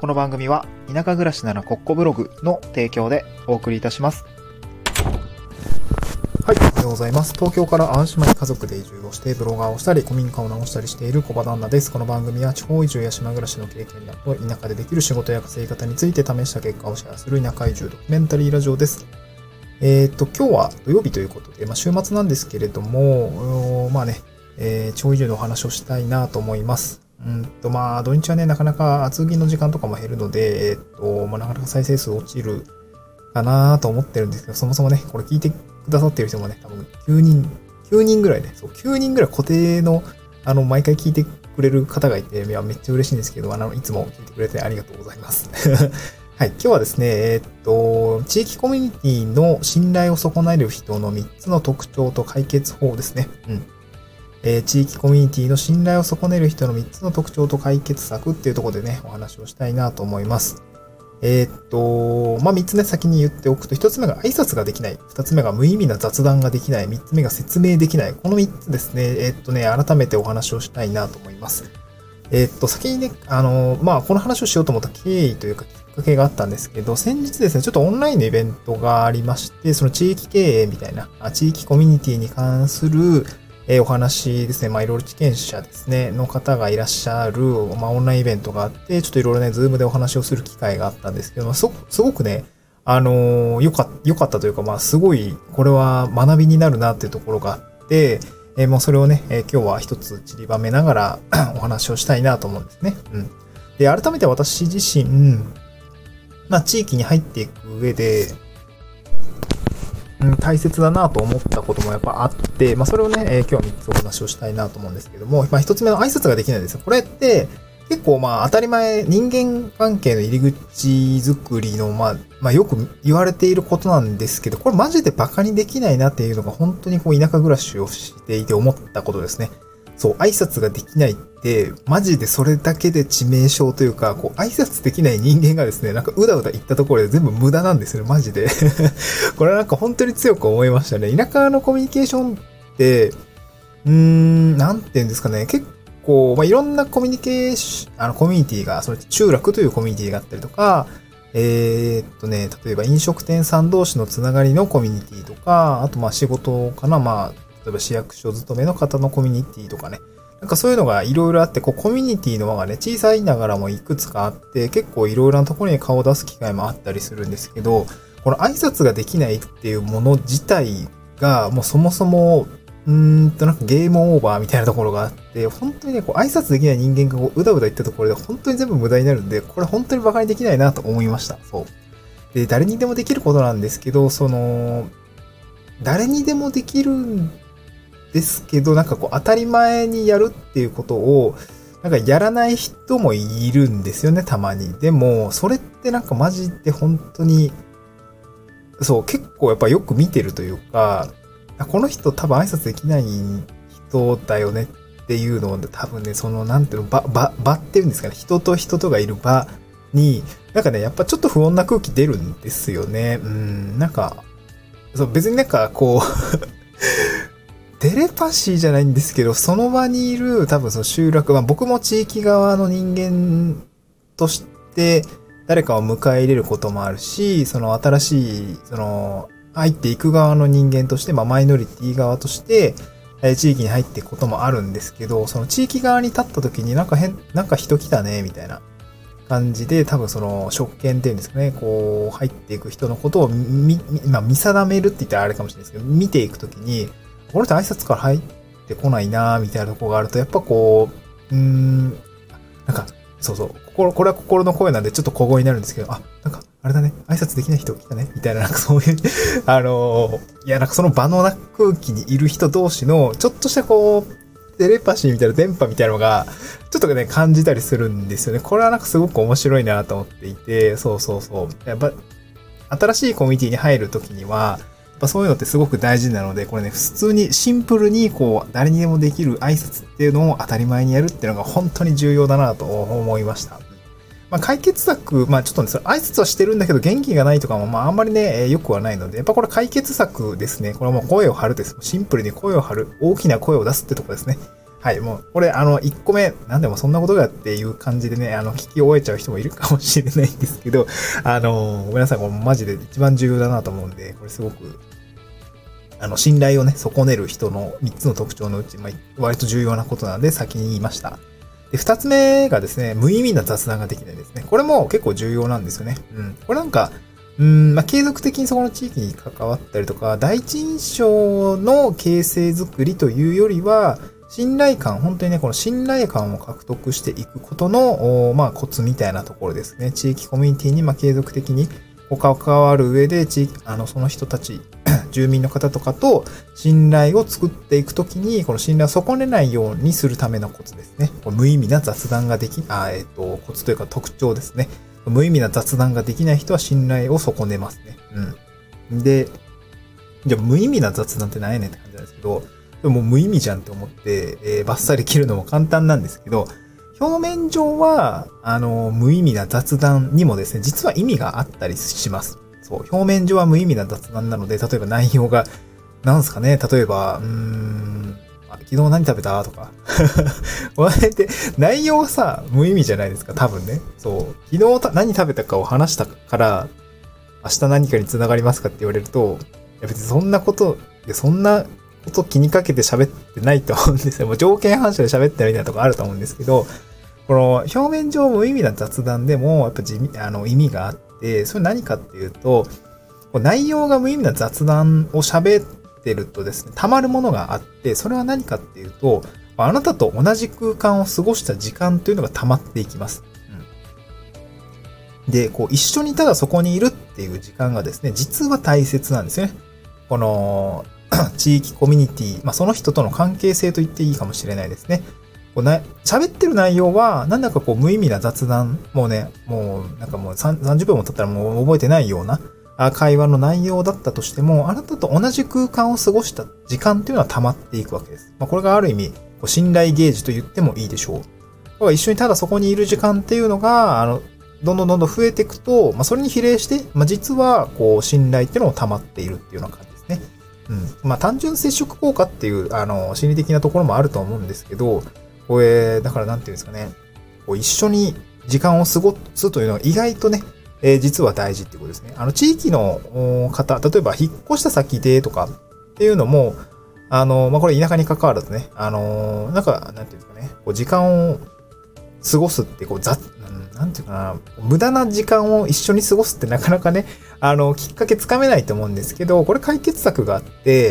この番組は田舎暮らしならコッコブログの提供でお送りいたします。はい、おはようございます。東京から淡島に家族で移住をしてブロガーをしたり古民家を直したりしている小場旦那です。この番組は地方移住や島暮らしの経験など田舎でできる仕事や稼ぎ方について試した結果をシェアする田舎移住ドキュメンタリーラジオです。今日は土曜日ということで、週末なんですけれども、地方移住のお話をしたいなと思います。土日はね、なかなか厚着の時間とかも減るので、なかなか再生数落ちるかなと思ってるんですけど、そもそもね、これ聞いてくださってる人もね、多分9人ぐらいね、9人ぐらい固定の、毎回聞いてくれる方がいて、めっちゃ嬉しいんですけど、いつも聞いてくれてありがとうございます。はい、今日はですね、地域コミュニティの信頼を損ねる人の3つの特徴と解決法ですね。地域コミュニティの信頼を損ねる人の3つの特徴と解決策っていうところでね、お話をしたいなと思います。3つね、先に言っておくと、1つ目が挨拶ができない。2つ目が無意味な雑談ができない。3つ目が説明できない。この3つですね、改めてお話をしたいなと思います。先にね、この話をしようと思った経緯というか、きっかけがあったんですけど、先日ですね、ちょっとオンラインのイベントがありまして、その地域経営みたいな、地域コミュニティに関する、お話ですね。いろいろ地権者ですね、の方がいらっしゃる、オンラインイベントがあって、ちょっといろいろね、ズームでお話をする機会があったんですけど、すごくね、良かったというか、すごい、これは学びになるなっていうところがあって、それをね、今日は一つ散りばめながらお話をしたいなと思うんですね。で、改めて私自身、地域に入っていく上で、大切だなと思ったこともやっぱあって、それをね、今日は3つお話をしたいなと思うんですけども、1つ目の挨拶ができないですよ。これって、結構当たり前、人間関係の入り口作りの、よく言われていることなんですけど、これマジでバカにできないなっていうのが本当に田舎暮らしをしていて思ったことですね。そう、挨拶ができないって、マジでそれだけで致命傷というか、挨拶できない人間がですね、うだうだ言ったところで全部無駄なんですよね、マジで。これ本当に強く思いましたね。田舎のコミュニケーションって、なんて言うんですかね、結構、いろんなコミュニティが、それ集落というコミュニティがあったりとか、例えば飲食店さん同士のつながりのコミュニティとか、あと仕事かな、例えば市役所勤めの方のコミュニティとかね。そういうのがいろいろあって、コミュニティの輪がね、小さいながらもいくつかあって、結構いろいろなところに顔を出す機会もあったりするんですけど、この挨拶ができないっていうもの自体が、もうそもそも、ゲームオーバーみたいなところがあって、本当にね、挨拶できない人間がうだうだ言ったところで、本当に全部無駄になるんで、これ本当に馬鹿にできないなと思いました。そう。で、誰にでもできることなんですけど、誰にでもできるんですけど、当たり前にやるっていうことを、やらない人もいるんですよね、たまに。でも、それってマジで本当に、そう、結構やっぱよく見てるというか、この人多分挨拶できない人だよねっていうのを多分ね、なんていうの、場っていうんですかね、人と人とがいる場に、やっぱちょっと不穏な空気出るんですよね。そう、別にテレパシーじゃないんですけど、その場にいる多分集落、僕も地域側の人間として誰かを迎え入れることもあるし、新しい、入っていく側の人間として、マイノリティ側として、地域に入っていくこともあるんですけど、その地域側に立った時に人来たね、みたいな感じで、多分職権っていうんですかね、入っていく人のことを見定めるって言ったらあれかもしれないですけど、見ていくときに、この人挨拶から入ってこないなみたいなところがあると、やっぱそうそう、これは心の声なんでちょっと小声になるんですけど、あれだね、挨拶できない人来たねみたいな、そういうその場の空気にいる人同士の、ちょっとしたテレパシーみたいな電波みたいなのが、ちょっとね、感じたりするんですよね。これはすごく面白いなと思っていて、そう。やっぱ、新しいコミュニティに入るときには、そういうのってすごく大事なので、これね、普通にシンプルに誰にでもできる挨拶っていうのを当たり前にやるっていうのが本当に重要だなと思いました。解決策、ちょっとね、挨拶はしてるんだけど元気がないとかも、あんまりね、良くはないので、やっぱこれ解決策ですね。これはもう声を張るです。シンプルに声を張る。大きな声を出すってとこですね。 はい、もう、これ、1個目、なんでもそんなことだっていう感じでね、聞き終えちゃう人もいるかもしれないんですけど、ごめんなさい、これマジで一番重要だなと思うんで、これすごく、信頼をね、損ねる人の3つの特徴のうち、まあ、割と重要なことなので先に言いました。で、2つ目がですね、無意味な雑談ができないですね。これも結構重要なんですよね。うん。これなんか、まあ、継続的にそこの地域に関わったりとか、第一印象の形成づくりというよりは、信頼感、本当にね、この信頼感を獲得していくことの、まあ、コツみたいなところですね。地域コミュニティに、まあ、継続的に関わる上で、その人たち、住民の方とかと信頼を作っていくときに、この信頼を損ねないようにするためのコツですね。無意味な雑談ができ、コツというか特徴ですね。無意味な雑談ができない人は信頼を損ねますね。うん。で、じゃあ無意味な雑談って何やねんって感じなんですけど、でも無意味じゃんって思って、バッサリ切るのも簡単なんですけど、表面上は、無意味な雑談にもですね、実は意味があったりします。そう、表面上は無意味な雑談なので、例えば内容が、なんすかね、例えば、昨日何食べたとか。これって、内容はさ、無意味じゃないですか、多分ね。そう、昨日何食べたかを話したから、明日何かに繋がりますかって言われると、いや別にそんなこと気にかけて喋ってないと思うんですよ。もう条件反射で喋ってるみたいなとこあると思うんですけど、この表面上無意味な雑談でも、やっぱ意味があって、それ何かっていうと、内容が無意味な雑談を喋ってるとですね、溜まるものがあって、それは何かっていうと、あなたと同じ空間を過ごした時間というのが溜まっていきます。で、一緒にただそこにいるっていう時間がですね、実は大切なんですよね。この、地域コミュニティ、まあ、その人との関係性と言っていいかもしれないですね。喋ってる内容は、なんだか無意味な雑談、もう30分も経ったらもう覚えてないような会話の内容だったとしても、あなたと同じ空間を過ごした時間っていうのは溜まっていくわけです。まあ、これがある意味、信頼ゲージと言ってもいいでしょう。一緒にただそこにいる時間っていうのが、どんどん増えていくと、まあ、それに比例して、まあ、実は、信頼っていうのも溜まっているっていうような感じですね。まあ、単純接触効果っていう、心理的なところもあると思うんですけど、だからなんていうんですかね、一緒に時間を過ごすというのは意外とね、実は大事っていうことですね。地域の方、例えば引っ越した先でとかっていうのも、まあ、これ田舎に関わらずね、なんていうんですかね、時間を過ごすってなんていうかな、無駄な時間を一緒に過ごすってなかなかね、きっかけつかめないと思うんですけど、これ解決策があって、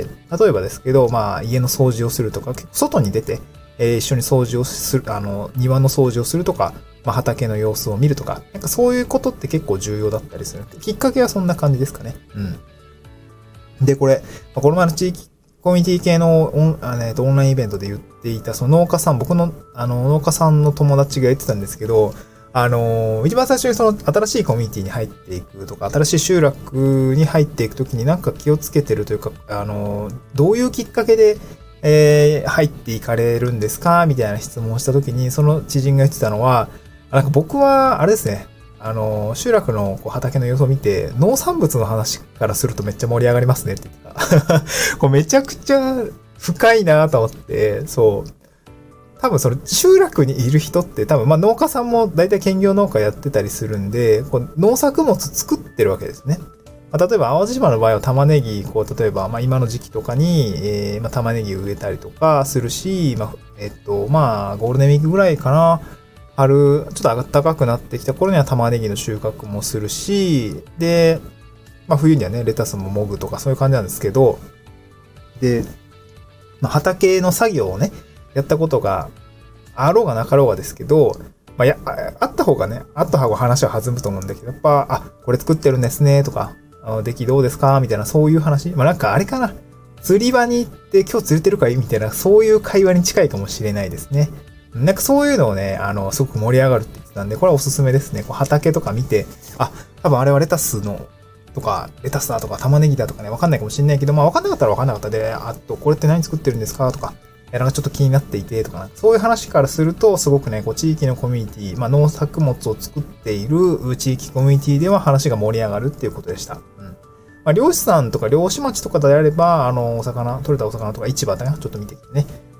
例えばですけど、まあ、家の掃除をするとか、外に出て、一緒に掃除をする、庭の掃除をするとか、まあ、畑の様子を見るとか、なんかそういうことって結構重要だったりする。きっかけはそんな感じですかね。で、この前の地域コミュニティ系のオンラインイベントで言っていた、その農家さん、僕の、農家さんの友達が言ってたんですけど、一番最初にその新しいコミュニティに入っていくとか、新しい集落に入っていくときになんか気をつけてるというか、どういうきっかけで、入っていかれるんですかみたいな質問をしたときに、その知人が言ってたのは、なんか僕は、あれですね、集落の畑の様子を見て、農産物の話からするとめっちゃ盛り上がりますねって言ってた。めちゃくちゃ深いなと思って、そう。多分その集落にいる人って多分まあ農家さんも大体兼業農家やってたりするんで、農作物作ってるわけですね。まあ、例えば淡路島の場合は玉ねぎ、例えばまあ今の時期とかに、まあ玉ねぎ植えたりとかするし、まあゴールデンウィークぐらいかな。春、ちょっと暖かくなってきた頃には玉ねぎの収穫もするし、で、まあ冬にはね、レタスももぐとかそういう感じなんですけど、で、まあ、畑の作業をね、やったことがあろうがなかろうがですけど、まあ、あった方が話は弾むと思うんだけど、やっぱ、これ作ってるんですね、とか、出来どうですかみたいな、そういう話。まあ、なんかあれかな。釣り場に行って今日釣れてるかいみたいな、そういう会話に近いかもしれないですね。なんかそういうのをね、すごく盛り上がるって言ってたんで、これはおすすめですね。畑とか見て、多分あれはレタスだとか玉ねぎだとかね、わかんないかもしれないけど、まあわかんなかったらわかんなかったで、これって何作ってるんですかとか、なんかちょっと気になっていてとか、そういう話からすると、すごくね、地域のコミュニティ、まあ農作物を作っている地域コミュニティでは話が盛り上がるっていうことでした。まあ漁師さんとか漁師町とかであれば、取れたお魚とか市場だな、ちょっと見てきてね、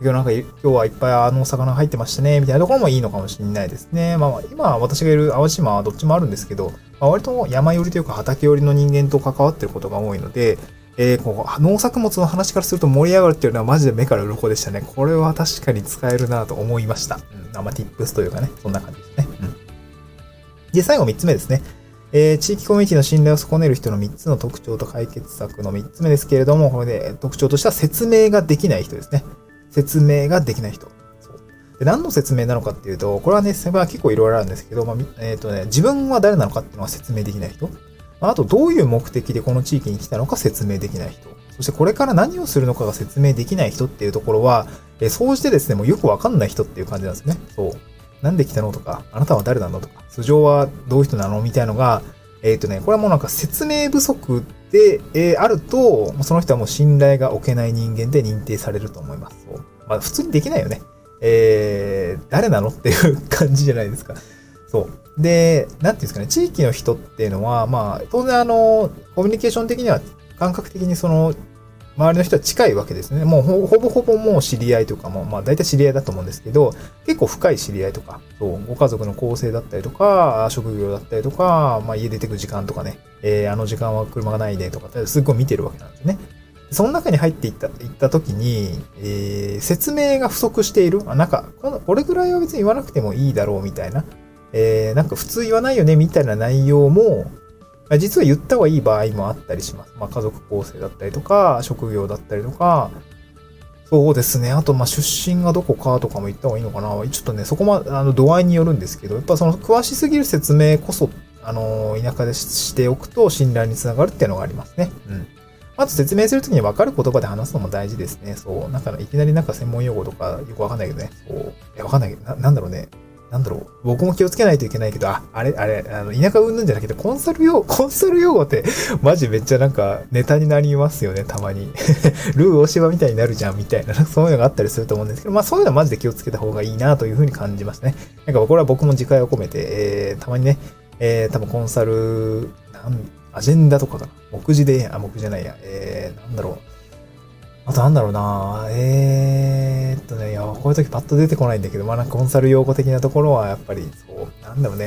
今日はいっぱいお魚入ってましたね、みたいなところもいいのかもしれないですね。今私がいる淡路島はどっちもあるんですけど、割と山寄りというか畑寄りの人間と関わってることが多いので、農作物の話からすると盛り上がるっていうのはマジで目から鱗でしたね。これは確かに使えるなと思いました。tips というかね、そんな感じですね。で、最後3つ目ですね。地域コミュニティの信頼を損ねる人の3つの特徴と解決策の3つ目ですけれども、これで特徴としては説明ができない人ですね。説明ができない人。で、何の説明なのかっていうと、これはね、結構いろいろあるんですけど、自分は誰なのかっていうのは説明できない人。あと、どういう目的でこの地域に来たのか説明できない人。そしてこれから何をするのかが説明できない人っていうところは、総じてですね、もうよくわかんない人っていう感じなんですね。そう。なんで来たのとか、あなたは誰なのとか、素性はどういう人なのみたいなのが、これはもうなんか説明不足で、あると、その人はもう信頼が置けない人間で認定されると思います。そう。普通にできないよね。誰なのっていう感じじゃないですか。そう。で、なんていうんですかね、地域の人っていうのは、当然コミュニケーション的には感覚的に周りの人は近いわけですね。もうほぼほぼもう知り合いとかも、大体知り合いだと思うんですけど、結構深い知り合いとか、ご家族の構成だったりとか、職業だったりとか、家出てく時間とかね、あの時間は車がないねとか、すっごい見てるわけなんですね。その中に入っていった時に、説明が不足している。これぐらいは別に言わなくてもいいだろうみたいな。普通言わないよねみたいな内容も、実は言った方がいい場合もあったりします。家族構成だったりとか、職業だったりとか、そうですね。あと、出身がどこかとかも言った方がいいのかな。ちょっとね、そこ度合いによるんですけど、やっぱ詳しすぎる説明こそ、田舎でしておくと信頼につながるっていうのがありますね。あと説明するときに分かる言葉で話すのも大事ですね。そう。いきなり専門用語とかよくわかんないけどね。そう。わかんないけど、なんだろうね。僕も気をつけないといけないけど、田舎うんぬんじゃなくて、コンサル用語って、マジめっちゃネタになりますよね、たまに。ルー大芝みたいになるじゃん、みたいな、そういうのがあったりすると思うんですけど、そういうのはマジで気をつけた方がいいな、というふうに感じますね。これは僕も自戒を込めて、たまにね、多分コンサル、アジェンダとかかな。目次じゃないや。あとなんだろうなこういう時パッと出てこないんだけど、コンサル用語的なところはやっぱり、そう、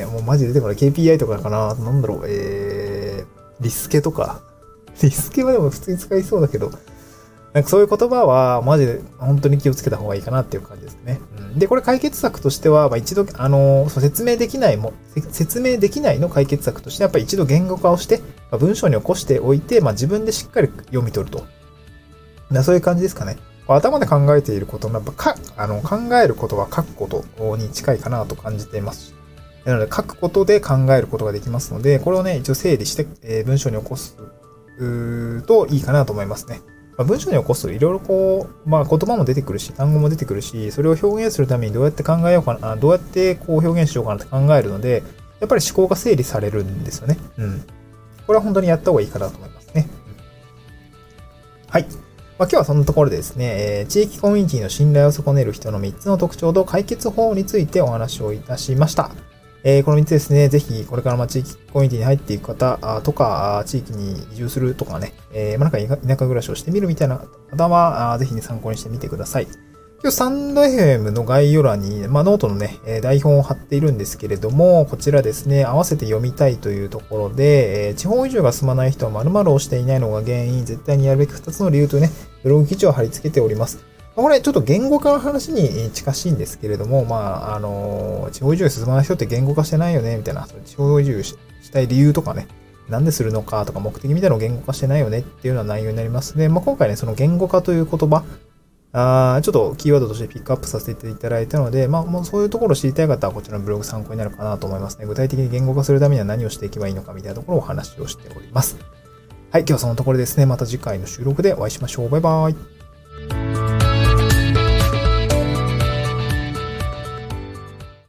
もうマジで出てこない。KPI とかかなリスケとか。リスケはでも普通に使いそうだけど、そういう言葉はマジで本当に気をつけた方がいいかなっていう感じですね。で、これ解決策としては、一度、説明できないの解決策として、やっぱり一度言語化をして、文章に起こしておいて、自分でしっかり読み取ると。そういう感じですかね。頭で考えていることも、考えることは書くことに近いかなと感じています。なので、書くことで考えることができますので、これをね、一応整理して、文章に起こすといいかなと思いますね。文章に起こすといろいろ言葉も出てくるし、単語も出てくるし、それを表現するためにどうやって表現しようかなって考えるので、やっぱり思考が整理されるんですよね。これは本当にやった方がいいかなと思いますね。はい。今日はそんなところでですね、地域コミュニティの信頼を損ねる人の3つの特徴と解決法についてお話をいたしました。この3つですね、ぜひこれから地域コミュニティに入っていく方とか、地域に移住するとかね、田舎暮らしをしてみるみたいな方は、ぜひ参考にしてみてください。今日スタンド FM の概要欄に、ノートのね、台本を貼っているんですけれども、こちらですね、合わせて読みたいというところで、地方移住が進まない人は〇〇をしていないのが原因、絶対にやるべき2つの理由というね、ブログ記事を貼り付けております。これちょっと言語化の話に近しいんですけれども、地方移住が進まない人って言語化してないよね、みたいな、地方移住したい理由とかね、なんでするのかとか目的みたいなのを言語化してないよねっていうような内容になりますので、今回ね、その言語化という言葉、ちょっとキーワードとしてピックアップさせていただいたので、もうそういうところを知りたい方はこちらのブログ参考になるかなと思いますね。具体的に言語化するためには何をしていけばいいのかみたいなところをお話をしております。はい、今日はそのところですね。また次回の収録でお会いしましょう。バイバイ。